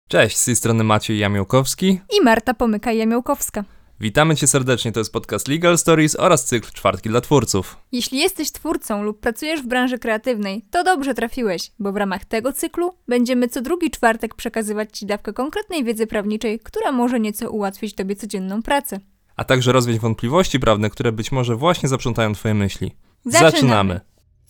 Cześć, z tej strony Maciej Jamiołkowski i Marta Pomykaj-Jamiołkowska. Witamy Cię serdecznie, to jest podcast Legal Stories oraz cykl Czwartki dla twórców. Jeśli jesteś twórcą lub pracujesz w branży kreatywnej, to dobrze trafiłeś, bo w ramach tego cyklu będziemy co drugi czwartek przekazywać Ci dawkę konkretnej wiedzy prawniczej, która może nieco ułatwić Tobie codzienną pracę. A także rozwiać wątpliwości prawne, które być może właśnie zaprzątają Twoje myśli. Zaczynamy!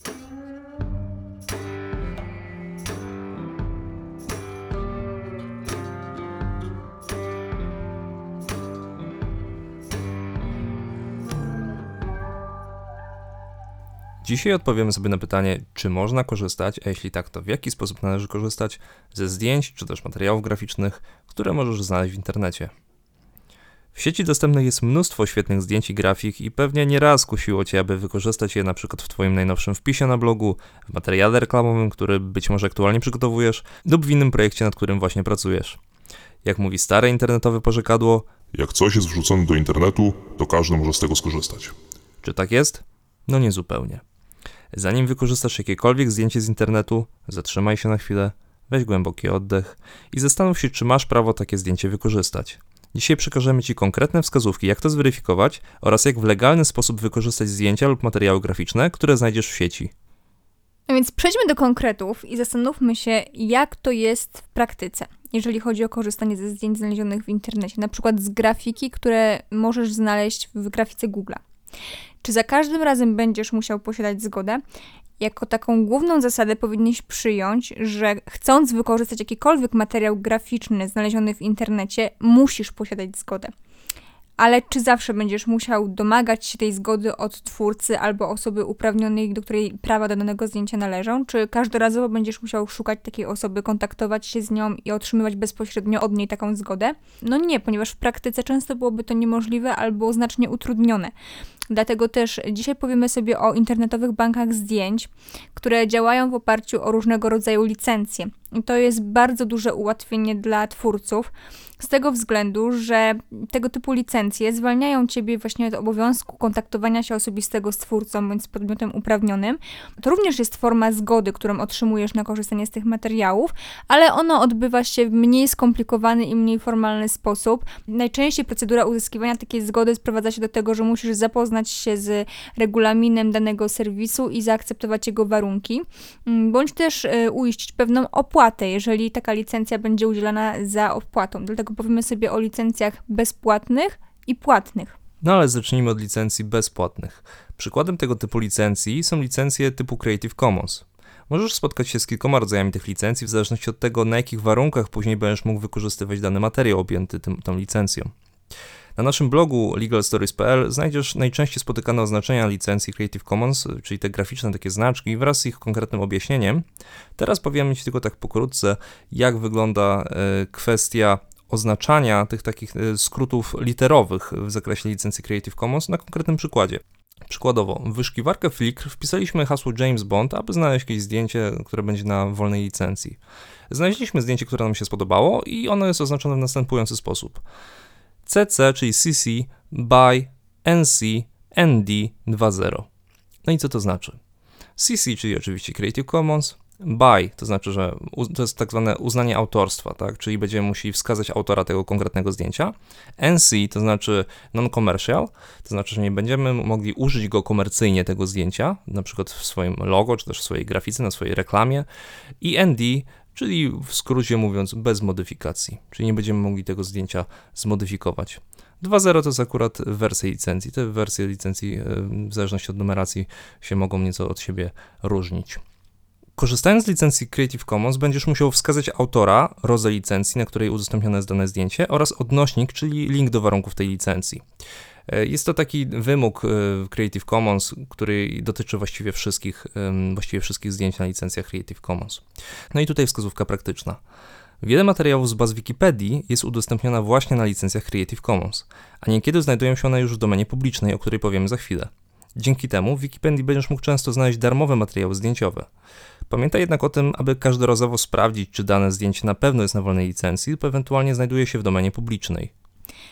Dzisiaj odpowiemy sobie na pytanie, czy można korzystać, a jeśli tak, to w jaki sposób należy korzystać ze zdjęć czy też materiałów graficznych, które możesz znaleźć w internecie. W sieci dostępnych jest mnóstwo świetnych zdjęć i grafik i pewnie nieraz kusiło Cię, aby wykorzystać je na przykład w Twoim najnowszym wpisie na blogu, w materiale reklamowym, który być może aktualnie przygotowujesz lub w innym projekcie, nad którym właśnie pracujesz. Jak mówi stare internetowe porzekadło, jak coś jest wrzucone do internetu, to każdy może z tego skorzystać. Czy tak jest? No nie zupełnie. Zanim wykorzystasz jakiekolwiek zdjęcie z internetu, zatrzymaj się na chwilę, weź głęboki oddech i zastanów się, czy masz prawo takie zdjęcie wykorzystać. Dzisiaj przekażemy Ci konkretne wskazówki, jak to zweryfikować oraz jak w legalny sposób wykorzystać zdjęcia lub materiały graficzne, które znajdziesz w sieci. A więc przejdźmy do konkretów i zastanówmy się, jak to jest w praktyce, jeżeli chodzi o korzystanie ze zdjęć znalezionych w internecie, na przykład z grafiki, które możesz znaleźć w grafice Google'a. Czy za każdym razem będziesz musiał posiadać zgodę? Jako taką główną zasadę powinieneś przyjąć, że chcąc wykorzystać jakikolwiek materiał graficzny znaleziony w internecie, musisz posiadać zgodę. Ale czy zawsze będziesz musiał domagać się tej zgody od twórcy albo osoby uprawnionej, do której prawa do danego zdjęcia należą? Czy każdorazowo będziesz musiał szukać takiej osoby, kontaktować się z nią i otrzymywać bezpośrednio od niej taką zgodę? No nie, ponieważ w praktyce często byłoby to niemożliwe albo znacznie utrudnione. Dlatego też dzisiaj powiemy sobie o internetowych bankach zdjęć, które działają w oparciu o różnego rodzaju licencje. I to jest bardzo duże ułatwienie dla twórców, z tego względu, że tego typu licencje zwalniają Ciebie właśnie od obowiązku kontaktowania się osobistego z twórcą bądź z podmiotem uprawnionym. To również jest forma zgody, którą otrzymujesz na korzystanie z tych materiałów, ale ono odbywa się w mniej skomplikowany i mniej formalny sposób. Najczęściej procedura uzyskiwania takiej zgody sprowadza się do tego, że musisz zapoznać się z regulaminem danego serwisu i zaakceptować jego warunki, bądź też uiścić pewną opłatę, jeżeli taka licencja będzie udzielana za opłatą. Dlatego powiemy sobie o licencjach bezpłatnych i płatnych. No ale zacznijmy od licencji bezpłatnych. Przykładem tego typu licencji są licencje typu Creative Commons. Możesz spotkać się z kilkoma rodzajami tych licencji w zależności od tego, na jakich warunkach później będziesz mógł wykorzystywać dany materiał objęty tą licencją. Na naszym blogu legalstories.pl znajdziesz najczęściej spotykane oznaczenia licencji Creative Commons, czyli te graficzne takie znaczki wraz z ich konkretnym objaśnieniem. Teraz powiemy Ci tylko tak pokrótce, jak wygląda kwestia oznaczania tych takich skrótów literowych w zakresie licencji Creative Commons na konkretnym przykładzie. Przykładowo, w wyszukiwarkę Flickr wpisaliśmy hasło James Bond, aby znaleźć jakieś zdjęcie, które będzie na wolnej licencji. Znaleźliśmy zdjęcie, które nam się spodobało i ono jest oznaczone w następujący sposób. CC, czyli CC by NC ND 2.0. No i co to znaczy? CC, czyli oczywiście Creative Commons, by, to znaczy, że to jest tak zwane uznanie autorstwa, tak? Czyli będziemy musieli wskazać autora tego konkretnego zdjęcia. NC to znaczy non-commercial, to znaczy, że nie będziemy mogli użyć go komercyjnie tego zdjęcia, na przykład w swoim logo, czy też w swojej grafice, na swojej reklamie. I ND, czyli w skrócie mówiąc bez modyfikacji, czyli nie będziemy mogli tego zdjęcia zmodyfikować. 2.0 to jest akurat wersje licencji. Te wersje licencji w zależności od numeracji się mogą nieco od siebie różnić. Korzystając z licencji Creative Commons będziesz musiał wskazać autora, rodzaj licencji, na której udostępnione jest dane zdjęcie oraz odnośnik, czyli link do warunków tej licencji. Jest to taki wymóg Creative Commons, który dotyczy właściwie wszystkich zdjęć na licencjach Creative Commons. No i tutaj wskazówka praktyczna. Wiele materiałów z baz Wikipedii jest udostępniona właśnie na licencjach Creative Commons, a niekiedy znajdują się one już w domenie publicznej, o której powiemy za chwilę. Dzięki temu w Wikipedii będziesz mógł często znaleźć darmowe materiały zdjęciowe. Pamiętaj jednak o tym, aby każdorazowo sprawdzić, czy dane zdjęcie na pewno jest na wolnej licencji lub ewentualnie znajduje się w domenie publicznej.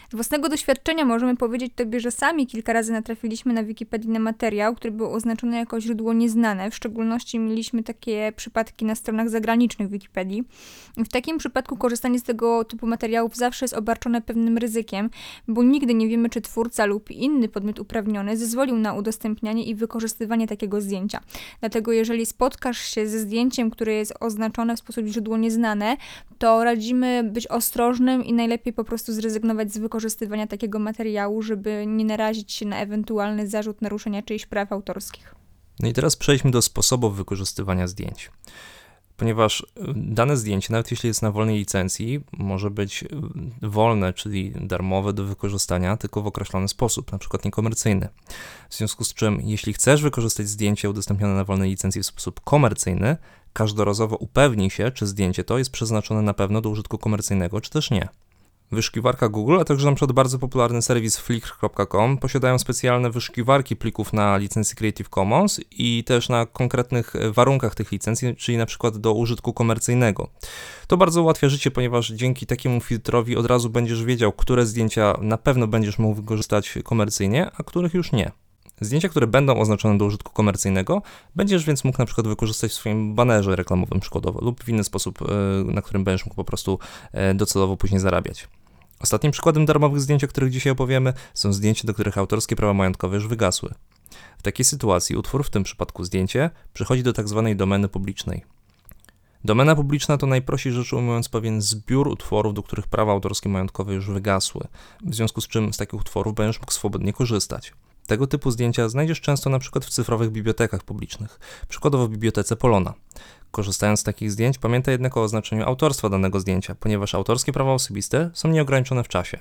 Z własnego doświadczenia możemy powiedzieć Tobie, że sami kilka razy natrafiliśmy na Wikipedii na materiał, który był oznaczony jako źródło nieznane. W szczególności mieliśmy takie przypadki na stronach zagranicznych Wikipedii. W takim przypadku korzystanie z tego typu materiałów zawsze jest obarczone pewnym ryzykiem, bo nigdy nie wiemy, czy twórca lub inny podmiot uprawniony zezwolił na udostępnianie i wykorzystywanie takiego zdjęcia. Dlatego jeżeli spotkasz się ze zdjęciem, które jest oznaczone w sposób źródło nieznane, to radzimy być ostrożnym i najlepiej po prostu zrezygnować z wykorzystywania takiego materiału, żeby nie narazić się na ewentualny zarzut naruszenia czyichś praw autorskich. No i teraz przejdźmy do sposobów wykorzystywania zdjęć. Ponieważ dane zdjęcie, nawet jeśli jest na wolnej licencji, może być wolne, czyli darmowe do wykorzystania tylko w określony sposób, na przykład niekomercyjny. W związku z czym, jeśli chcesz wykorzystać zdjęcie udostępnione na wolnej licencji w sposób komercyjny, każdorazowo upewnij się, czy zdjęcie to jest przeznaczone na pewno do użytku komercyjnego, czy też nie. Wyszukiwarka Google, a także np. bardzo popularny serwis flickr.com posiadają specjalne wyszukiwarki plików na licencji Creative Commons i też na konkretnych warunkach tych licencji, czyli na przykład do użytku komercyjnego. To bardzo ułatwia życie, ponieważ dzięki takiemu filtrowi od razu będziesz wiedział, które zdjęcia na pewno będziesz mógł wykorzystać komercyjnie, a których już nie. Zdjęcia, które będą oznaczone do użytku komercyjnego, będziesz więc mógł na przykład wykorzystać w swoim banerze reklamowym przykładowo lub w inny sposób, na którym będziesz mógł po prostu docelowo później zarabiać. Ostatnim przykładem darmowych zdjęć, o których dzisiaj opowiemy, są zdjęcia, do których autorskie prawa majątkowe już wygasły. W takiej sytuacji utwór, w tym przypadku zdjęcie, przechodzi do tzw. domeny publicznej. Domena publiczna to najprościej rzecz ujmując pewien zbiór utworów, do których prawa autorskie majątkowe już wygasły, w związku z czym z takich utworów będziesz mógł swobodnie korzystać. Tego typu zdjęcia znajdziesz często na przykład w cyfrowych bibliotekach publicznych, przykładowo w bibliotece Polona. Korzystając z takich zdjęć, pamiętaj jednak o oznaczeniu autorstwa danego zdjęcia, ponieważ autorskie prawa osobiste są nieograniczone w czasie.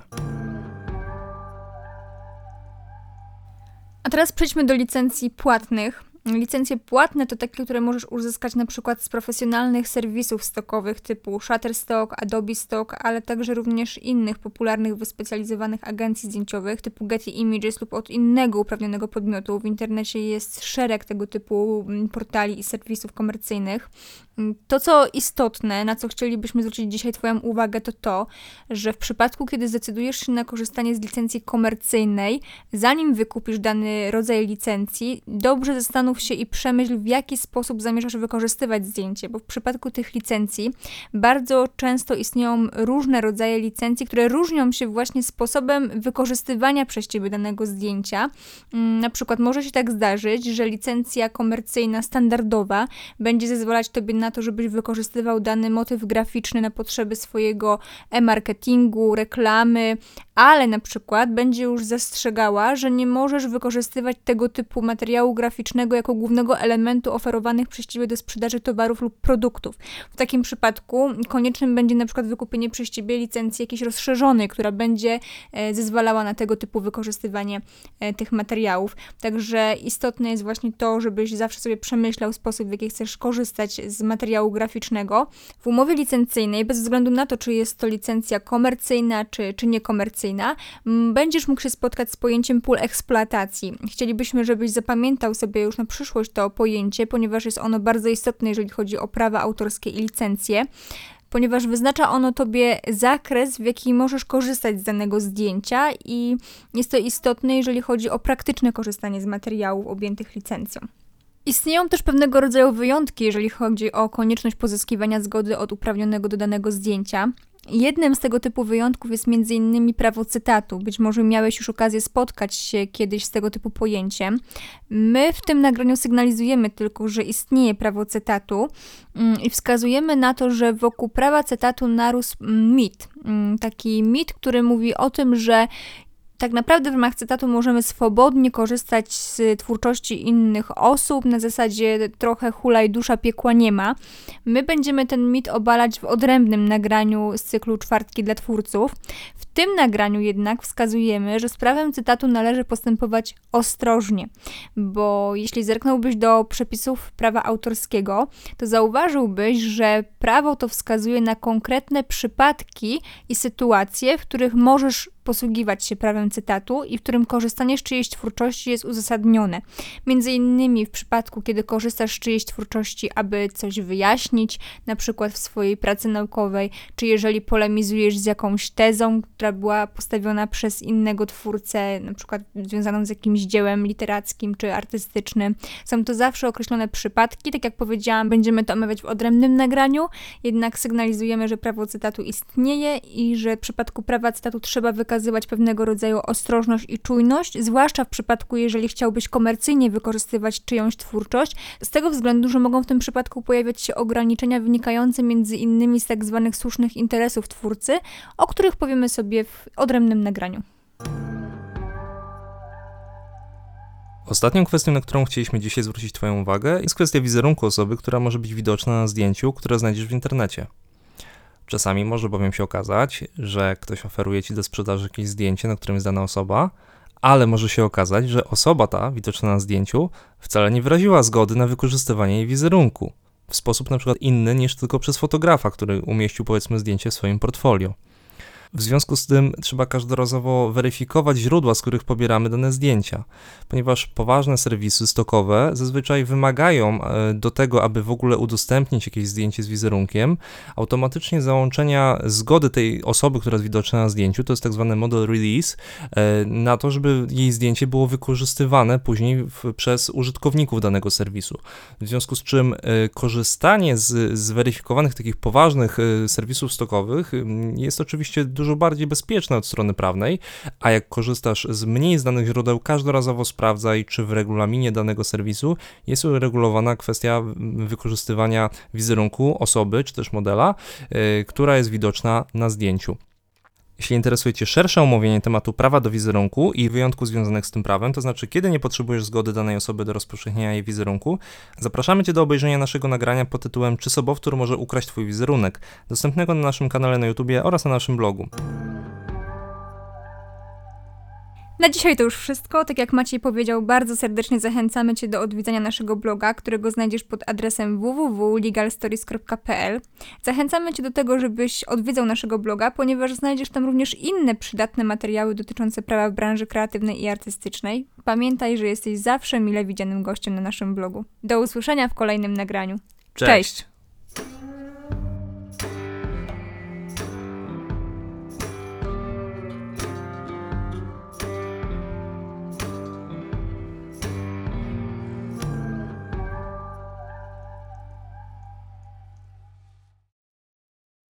A teraz przejdźmy do licencji płatnych. Licencje płatne to takie, które możesz uzyskać na przykład z profesjonalnych serwisów stokowych typu Shutterstock, Adobe Stock, ale także również innych popularnych, wyspecjalizowanych agencji zdjęciowych typu Getty Images lub od innego uprawnionego podmiotu. W internecie jest szereg tego typu portali i serwisów komercyjnych. To, co istotne, na co chcielibyśmy zwrócić dzisiaj Twoją uwagę, to to, że w przypadku, kiedy zdecydujesz się na korzystanie z licencji komercyjnej, zanim wykupisz dany rodzaj licencji, dobrze zastanów się i przemyśl, w jaki sposób zamierzasz wykorzystywać zdjęcie, bo w przypadku tych licencji bardzo często istnieją różne rodzaje licencji, które różnią się właśnie sposobem wykorzystywania przez Ciebie danego zdjęcia. Na przykład może się tak zdarzyć, że licencja komercyjna standardowa będzie zezwalać Tobie na to, żebyś wykorzystywał dany motyw graficzny na potrzeby swojego e-marketingu, reklamy, ale na przykład będzie już zastrzegała, że nie możesz wykorzystywać tego typu materiału graficznego jako głównego elementu oferowanych przez Ciebie do sprzedaży towarów lub produktów. W takim przypadku koniecznym będzie na przykład wykupienie przez Ciebie licencji jakiejś rozszerzonej, która będzie zezwalała na tego typu wykorzystywanie tych materiałów. Także istotne jest właśnie to, żebyś zawsze sobie przemyślał sposób, w jaki chcesz korzystać z materiału graficznego. W umowie licencyjnej, bez względu na to, czy jest to licencja komercyjna, czy niekomercyjna, będziesz mógł się spotkać z pojęciem pól eksploatacji. Chcielibyśmy, żebyś zapamiętał sobie już na przyszłość to pojęcie, ponieważ jest ono bardzo istotne, jeżeli chodzi o prawa autorskie i licencje, ponieważ wyznacza ono Tobie zakres, w jaki możesz korzystać z danego zdjęcia i jest to istotne, jeżeli chodzi o praktyczne korzystanie z materiałów objętych licencją. Istnieją też pewnego rodzaju wyjątki, jeżeli chodzi o konieczność pozyskiwania zgody od uprawnionego do danego zdjęcia. Jednym z tego typu wyjątków jest m.in. prawo cytatu. Być może miałeś już okazję spotkać się kiedyś z tego typu pojęciem. My w tym nagraniu sygnalizujemy tylko, że istnieje prawo cytatu i wskazujemy na to, że wokół prawa cytatu narósł mit. Taki mit, który mówi o tym, że tak naprawdę w ramach cytatu możemy swobodnie korzystać z twórczości innych osób, na zasadzie trochę hulaj dusza, piekła nie ma. My będziemy ten mit obalać w odrębnym nagraniu z cyklu Czwartki dla twórców. W tym nagraniu jednak wskazujemy, że z prawem cytatu należy postępować ostrożnie, bo jeśli zerknąłbyś do przepisów prawa autorskiego, to zauważyłbyś, że prawo to wskazuje na konkretne przypadki i sytuacje, w których możesz posługiwać się prawem cytatu i w którym korzystanie z czyjejś twórczości jest uzasadnione. Między innymi w przypadku, kiedy korzystasz z czyjejś twórczości, aby coś wyjaśnić, na przykład w swojej pracy naukowej, czy jeżeli polemizujesz z jakąś tezą, która która była postawiona przez innego twórcę, na przykład związaną z jakimś dziełem literackim czy artystycznym. Są to zawsze określone przypadki, tak jak powiedziałam, będziemy to omawiać w odrębnym nagraniu, jednak sygnalizujemy, że prawo cytatu istnieje i że w przypadku prawa cytatu trzeba wykazywać pewnego rodzaju ostrożność i czujność, zwłaszcza w przypadku, jeżeli chciałbyś komercyjnie wykorzystywać czyjąś twórczość, z tego względu, że mogą w tym przypadku pojawiać się ograniczenia wynikające między innymi z tak zwanych słusznych interesów twórcy, o których powiemy sobie w odrębnym nagraniu. Ostatnią kwestią, na którą chcieliśmy dzisiaj zwrócić Twoją uwagę, jest kwestia wizerunku osoby, która może być widoczna na zdjęciu, które znajdziesz w internecie. Czasami może bowiem się okazać, że ktoś oferuje Ci do sprzedaży jakieś zdjęcie, na którym jest dana osoba, ale może się okazać, że osoba ta, widoczna na zdjęciu, wcale nie wyraziła zgody na wykorzystywanie jej wizerunku w sposób na przykład inny niż tylko przez fotografa, który umieścił powiedzmy zdjęcie w swoim portfolio. W związku z tym trzeba każdorazowo weryfikować źródła, z których pobieramy dane zdjęcia, ponieważ poważne serwisy stokowe zazwyczaj wymagają do tego, aby w ogóle udostępnić jakieś zdjęcie z wizerunkiem, automatycznie załączenia zgody tej osoby, która jest widoczna na zdjęciu, to jest tak zwany model release, na to, żeby jej zdjęcie było wykorzystywane później przez użytkowników danego serwisu. W związku z czym korzystanie z zweryfikowanych takich poważnych serwisów stokowych jest oczywiście dużo bardziej bezpieczne od strony prawnej, a jak korzystasz z mniej znanych źródeł, każdorazowo sprawdzaj, czy w regulaminie danego serwisu jest uregulowana kwestia wykorzystywania wizerunku osoby, czy też modela, która jest widoczna na zdjęciu. Jeśli interesuje Cię szersze omówienie tematu prawa do wizerunku i wyjątków związanych z tym prawem, to znaczy kiedy nie potrzebujesz zgody danej osoby do rozpowszechniania jej wizerunku, zapraszamy Cię do obejrzenia naszego nagrania pod tytułem Czy sobowtór może ukraść Twój wizerunek, dostępnego na naszym kanale na YouTubie oraz na naszym blogu. Na dzisiaj to już wszystko. Tak jak Maciej powiedział, bardzo serdecznie zachęcamy Cię do odwiedzenia naszego bloga, którego znajdziesz pod adresem www.legalstories.pl. Zachęcamy Cię do tego, żebyś odwiedzał naszego bloga, ponieważ znajdziesz tam również inne przydatne materiały dotyczące prawa w branży kreatywnej i artystycznej. Pamiętaj, że jesteś zawsze mile widzianym gościem na naszym blogu. Do usłyszenia w kolejnym nagraniu. Cześć!